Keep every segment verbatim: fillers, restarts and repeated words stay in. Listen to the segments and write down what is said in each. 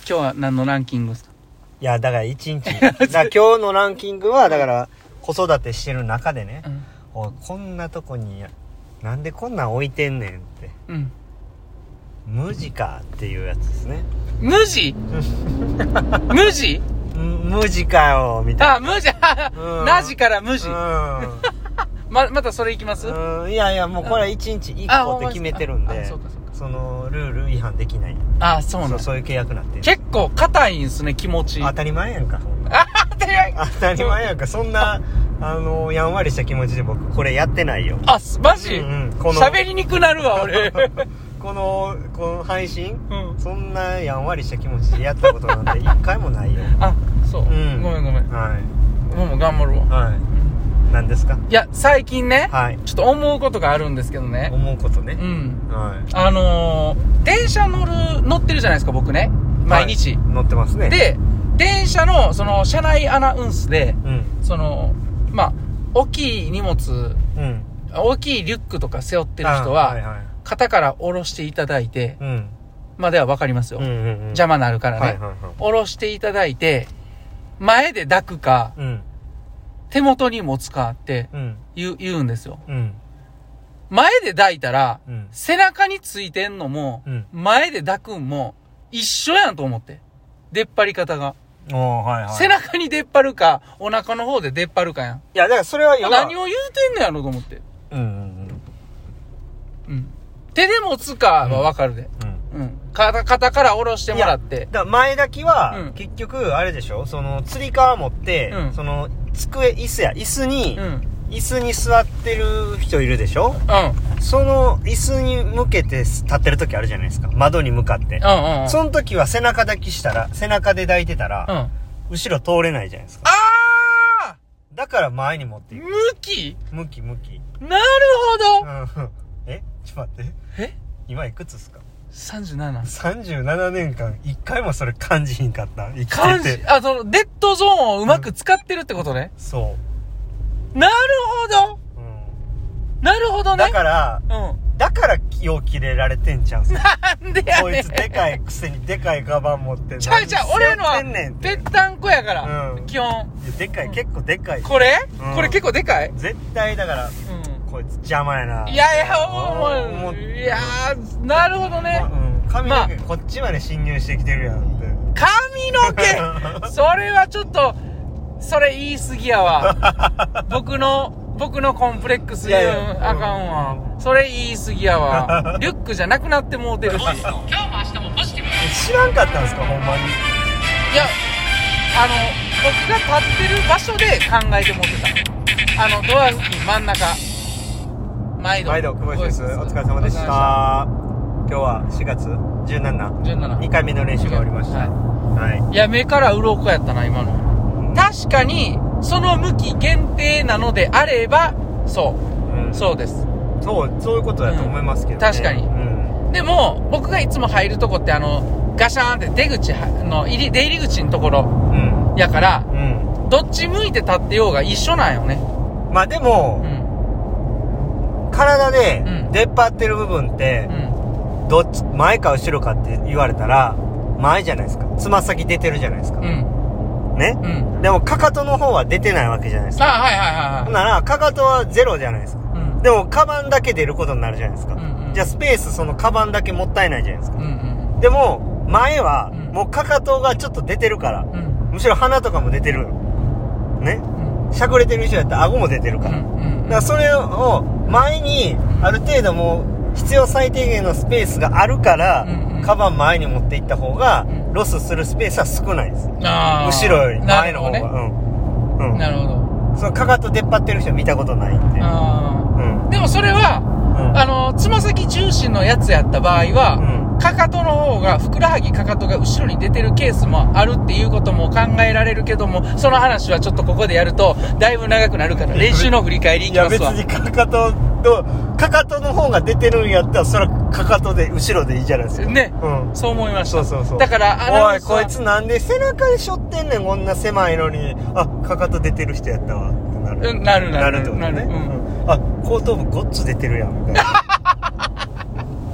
今日は何のランキングですか？ いやだから一日だから今日のランキングはだから子育てしてる中でね、うん、おいこんなとこになんでこんなん置いてんねんって、うん、無地かっていうやつですね。 無地無地無地かよみたいな。 あ無地なじから無地、うん、ま, またそれいきます？ うんいやいやもうこれはいちにちいっこって決めてるんで、そうかそうか、そのルール違反できない。 あそうなん、 そう、そういう契約になってる。 結構硬いんすね気持ち。 当たり前やんか。 あ当たり前当たり前やんか。そんなあのやんわりした気持ちで僕これやってないよ。 あマジ？ うん、うん、この喋りにくなるわ俺このこの配信、うん、そんなやんわりした気持ちでやったことなんて一回もないよ。 あそう、うん、ごめんごめん。はいもう頑張るわ。はい。 何ですか？ いや最近ね、はい、ちょっと思うことがあるんですけどね。 思うことね。 うん。はい。あのー、電車乗る乗ってるじゃないですか僕ね。毎日、はい、 乗ってますね。 で電車のその車内アナウンスで、うん、そのまあ大きい荷物、うん、大きいリュックとか背負ってる人は、はいはい、肩から下ろしていただいて、うん、まあでは分かりますよ、うんうんうん、邪魔になるからね、はいはいはい、下ろしていただいて前で抱くか、うん、手元に持つかって言う、うん、言うんですよ、うん、前で抱いたら、うん、背中についてんのも、うん、前で抱くんも一緒やんと思って、出っ張り方が。おはいはい、背中に出っ張るかお腹の方で出っ張るかやん。いやだからそれは何を言うてんのやろと思って。うんうんうん。うん。手で持つかはわかるで。うん。うん。肩肩から下ろしてもらって。 だから前抱きは、うん、結局あれでしょ。そのつり革持って、うん、その机椅子や椅子に、うん、椅子に座ってる人いるでしょ。うん。その椅子に向けて立ってる時あるじゃないですか。窓に向かって。うんうんうん。その時は背中抱きしたら、背中で抱いてたら、うん、後ろ通れないじゃないですか。 あー！だから前に持っていく。 向き？ 向き向き。 なるほど。 うん。え？ちょっと待って。え？今いくつですか？ さんじゅうなな。 さんじゅうななねんかん一回もそれ感じひんかった。生きてて。 感じ、あ、そのデッドゾーンをうまく使ってるってことね。 うん、そう。 なるほど。なるほどね。 だから、うん、だから気を切れられてんちゃうんすか。 なんでやねん。 こいつでかいくせにでかいカバン持ってんの。 ちゃうちゃう、俺のはぺったんこやから、うん、基本。いやでかい、結構でかい。 これ、うん、これ結構でかい？ 絶対だから、うん、こいつ邪魔やな。 いやいや、もう、いやー、なるほどね。 うん、髪の毛、まあ、こっちまで侵入してきてるやんって。 髪の毛それはちょっと、それ言い過ぎやわ。僕の、僕のコンプレックス言うあかんわ、うん、それ言い過ぎやわリュックじゃなくなってもうてるし今日も明日もポジティブ。 知らんかったんですかほんまに。 いやあの僕が立ってる場所で考えてもってた。あのドア付近真ん中毎度毎度久保井です。お疲れ様でした。今日はしがつじゅうしちににかいめの練習が終わりました。はい、はい、いや目から鱗やったな今の、うん、確かにその向き限定なのであればそう、うん、そうです。 そうそういうことだと思いますけどね、 うん、確かに、うん、でも僕がいつも入るとこってあのガシャーンって出口の入り出入り口のところ、うん、やから、うん、どっち向いて立ってようが一緒なんよね。 まあでも、うん、体で出っ張ってる部分って、うん、どっち前か後ろかって言われたら前じゃないですか。つま先出てるじゃないですか、うんね、うん、でもかかとの方は出てないわけじゃないですか。 あはいはいはいはい。 ほんならかかとはゼロじゃないですか、うん、でもカバンだけ出ることになるじゃないですか、うんうん、じゃあスペースそのカバンだけもったいないじゃないですか、うんうん、でも前はもうかかとがちょっと出てるから、うん、むしろ鼻とかも出てるね、うん、しゃくれてる人やったら顎も出てるから、うんうん、だからそれを前にある程度もう必要最低限のスペースがあるから、うんうん、カバン前に持っていった方が、うんロスするスペースは少ないです。あ後ろより前の方が、ね、うんうん、なるほど。そのかかと出っ張ってる人見たことないんで。あ、 うん、でもそれは、うん、あのつま先重心のやつやった場合は、うん、かかとの方がふくらはぎかかとが後ろに出てるケースもあるっていうことも考えられるけども、その話はちょっとここでやるとだいぶ長くなるから練習の振り返りいきますわ。 いや別にかかととかかとの方が出てるんやったらそれはかかとで後ろでいいじゃないですかね、うん、そう思いました。 そうそうそう。 だからおいこいつなんで背中で背負ってんねんこんな狭いのに。あかかと出てる人やったわってなる、 うん、なるなるなるってことね、うん、あ後頭部ごっつ出てるやんみたいな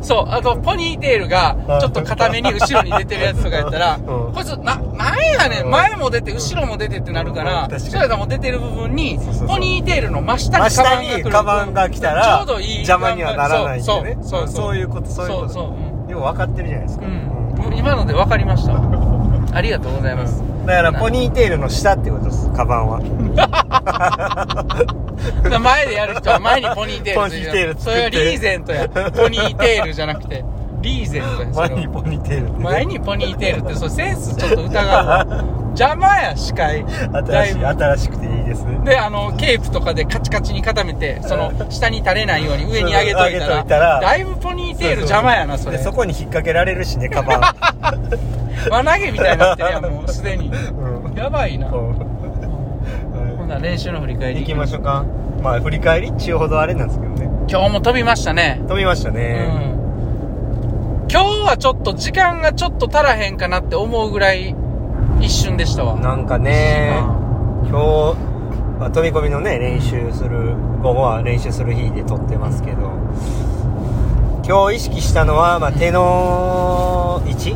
そう、あと、ポニーテールが、ちょっと固めに後ろに出てるやつとかやったら、こいつ、な、なんやねん、前も出て、後ろも出てってなるから、それがもう出てる部分に、ポニーテールの真下にカバンが来る。カバンが来たら、ちょうどいい。邪魔にはならないんでね。 そう、そう、 そういうこと、そういうこと。そうそう。でも分かってるじゃないですか。 うん。今ので分かりました。ありがとうございます。 だから、ポニーテールの下ってことです、カバンは。 前でやる人は前にポニーテール。 ポニーテールそれはリーゼントや。ポニーテールじゃなくて、リーゼントや。 前にポニーテール。 前にポニーテールって、それセンスちょっと疑うわ。邪魔や、視界。 新しい、新しくていいですね。 で、あの、ケープとかでカチカチに固めて、その、下に垂れないように上に上げといたら、たらだいぶポニーテール邪魔やな、それ。 で、そこに引っ掛けられるしね、カバン。 輪投げみたいになってるやん、もうすでに。うん、やばいな。ほんなら練習の振り返り行きましょうか。まあ、振り返りっちゅうほどあれなんですけどね。 今日も飛びましたね。 飛びましたね。うん。 今日はちょっと時間がちょっと足らへんかなって思うぐらい一瞬でしたわ。 なんかね、今日、まあ、飛び込みのね、練習する、午後は練習する日で撮ってますけど、今日意識したのは、まあ、手の位置、うん、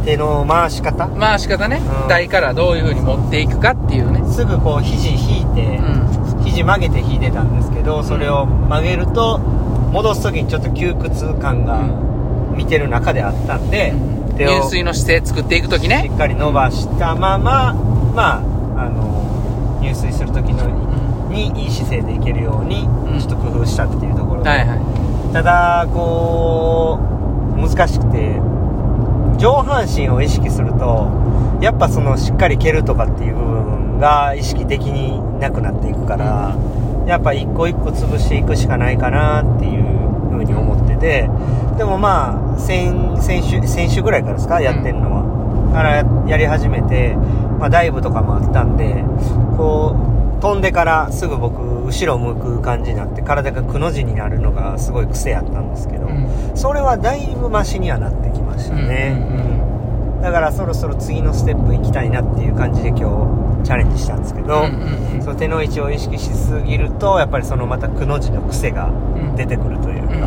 手の回し方回し方ね、うん、台からどういう風に持っていくかっていうね。 すぐこう肘引いて、うん、肘曲げて引いてたんですけど、それを曲げると戻す時にちょっと窮屈感が見てる中であったんで、 うん、手を入水の姿勢作っていく時ね、 しっかり伸ばしたまま、まああの入水する時のにいい姿勢でいけるようにちょっと工夫したっていうところで、うん、はいはい、ただこう難しくて上半身を意識するとやっぱそのしっかり蹴るとかっていう部分が意識的になくなっていくから、やっぱ一個一個潰していくしかないかなっていう風に思ってて、でもまあ先先週先週ぐらいからですか、やってるのはからやり始めて、まあダイブとかもあったんで、こう飛んでからすぐ僕後ろ向く感じになって体がくの字になるのがすごい癖やったんですけど、うん、それはだいぶマシにはなってきましたね、うんうんうん、だからそろそろ次のステップ行きたいなっていう感じで今日チャレンジしたんですけど、うんうんうん、その手の位置を意識しすぎるとやっぱりそのまたくの字の癖が出てくるというか、うんうん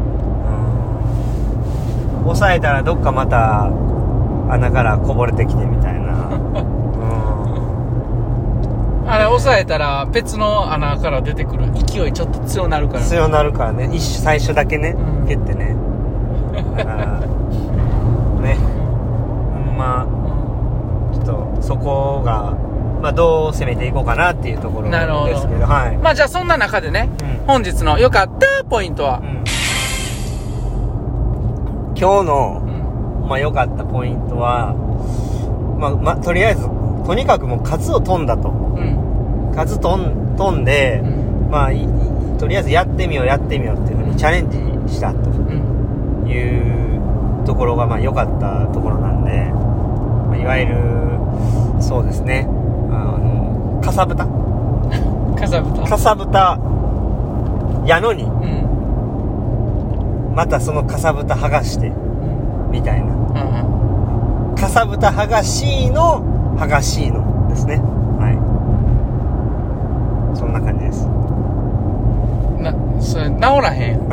うん、抑えたらどっかまた穴からこぼれてきてみたいなあれ抑えたら別の穴から出てくる勢いちょっと強なるから、 ね、強なるからね、一種最初だけね、うん、蹴ってね、だからね、まあちょっとそこが、まあ、どう攻めていこうかなっていうところですけど、はい、 まあじゃあそんな中でね、うん、本日の良かったポイントは、うん、 今日の、うん、まあ良かったポイントは、まあまあとりあえずとにかくもう数を飛んだと、うん、数飛ん、飛んで、うん、まあいとりあえずやってみようやってみようっていうふうにチャレンジしたというところがまあ良かったところなんで、まあ、いわゆるそうですね、あのかさぶたかさぶたかさぶたやのに、うん、またそのかさぶた剥がして、うん、みたいな、うんうん、かさぶた剥がしの剥がしのですね。はい。そんな感じです。 な、それ治らへん。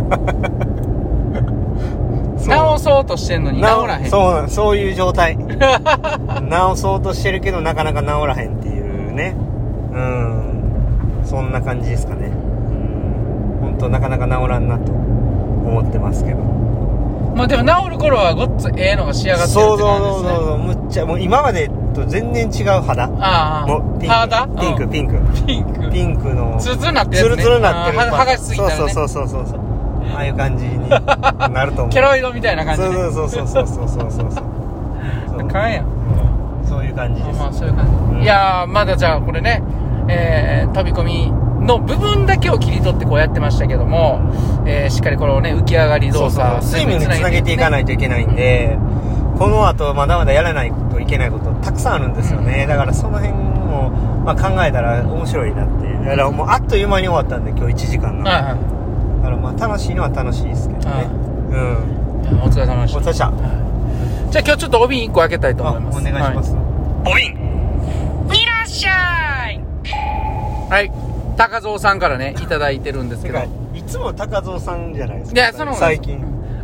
治そうとしてんのに治らへん。 そう、そういう状態。治そうとしてるけどなかなか治らへんっていうね。うん。そんな感じですかね。うん。本当なかなか治らんなと思ってますけど。 まあでも治る頃はごっつええのが仕上がってるって感じですね。そうそうそうそう。むっちゃもう今までと全然違う肌。ああ。もうピンク。肌？ピンク、ピンク。ピンク。ピンクの。 ツルツルなってるやつね。 ツルツルなってる。 剥がしすぎたらね。 そうそうそうそう。ああいう感じになると思う。 ケロイドみたいな感じ、ね。 そうそうそうそうそうそうそう。 あかんやん。 そういう感じです。 まあそういう感じ。うん、いやー、まだじゃあこれね、えー、飛び込みの部分だけを切り取ってこうやってましたけども、えー、しっかりこれをね、浮き上がり動作、 スイムにつなげていかないといけないんで、この後まだまだやらないといけないことたくさんあるんですよね。うん、だからその辺も、まあ、考えたら面白いなっていう。だからもうあっという間に終わったんで、今日いちじかんの。はいはい。だからまあ楽しいのは楽しいですけどね。うん。 お疲れ様でした。 お疲れ様でした。 じゃあ今日ちょっとお瓶いっこ開けたいと思います。 お願いします。はい、 お瓶いらっしゃい。はい。高蔵さんからね、いただいてるんですけど。 いつも高蔵さんじゃないですか。 いや、その最近。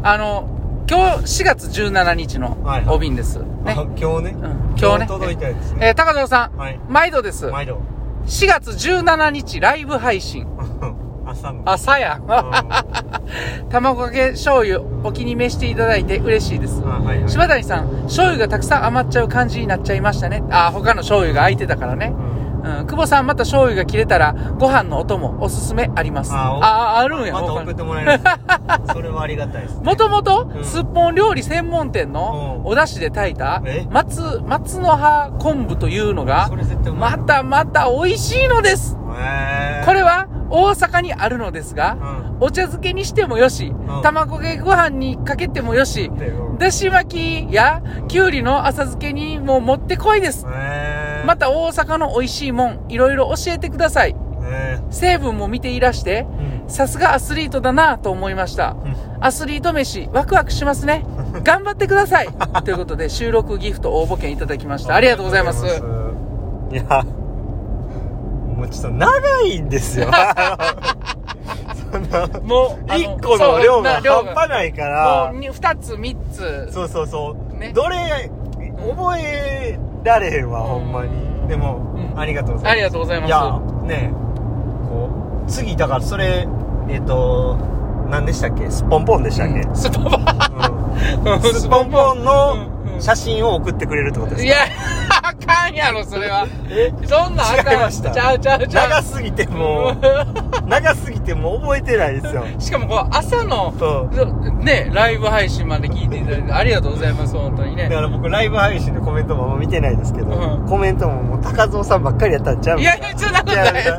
あの、今日しがつじゅうしちにちのお便です。 はいはい、 ね。 今日ね。 うん、今日ね。 届いたやつですね。 えー、高蔵さん、 はい、 毎度です。 毎度。 しがつじゅうしちにちライブ配信。 朝の。 朝や。卵かけ醤油お気に召していただいて嬉しいです。はいはい、柴谷さん、醤油がたくさん余っちゃう感じになっちゃいましたね。あ、他の醤油が空いてたからね。うんうん、久保さん、また醤油が切れたらご飯のお供おすすめあります。ああ、あるんや。 また送ってもらえる。それはありがたいです、ね。 もともとすっぽん料理専門店のお出汁で炊いた松松の葉昆布というのがまたまた美味しいのです。これは大阪にあるのですが、うん、お茶漬けにしてもよし、うん、卵かけご飯にかけてもよし、うん、だし巻きやきゅうりの浅漬けにももってこいです。また大阪の美味しいもんいろいろ教えてください。成分も見ていらしてさすがアスリートだなと思いました、うん、アスリート飯ワクワクしますね。頑張ってくださいということで収録ギフト応募券いただきました。ありがとうございます。 いやもうちょっと長いんですよそのもういっこの量が半端ないからもうふたつみっつそうそうそう、ね、どれ覚えられへんわ、うん、ほんまに。でも、うん、ありがとうございます。 ありがとうございます。 いやねこう次だからそれえっ、ー、と何でしたっけ、スッポンポンでしたっけ、うん、 スッポンポン、 うん、スッポンポンの写真を送ってくれるってことですか。 いやあかんやろそれは。えそんなあかん。 違いました。 ちゃうちゃうちゃう。 長すぎてもう長すぎてもう覚えてないですよ。 しかもこう朝のねライブ配信まで聞いていただいてありがとうございます本当にね。 だから僕ライブ配信のコメントも見てないですけど、うん、コメントももう高蔵さんばっかりやったんちゃう。 いやいやそんなことないです。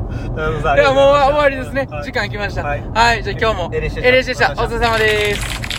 いやもう終わりですね。はい、時間来ました。はい、はい、じゃあ今日もエレシでした。お疲れ様です。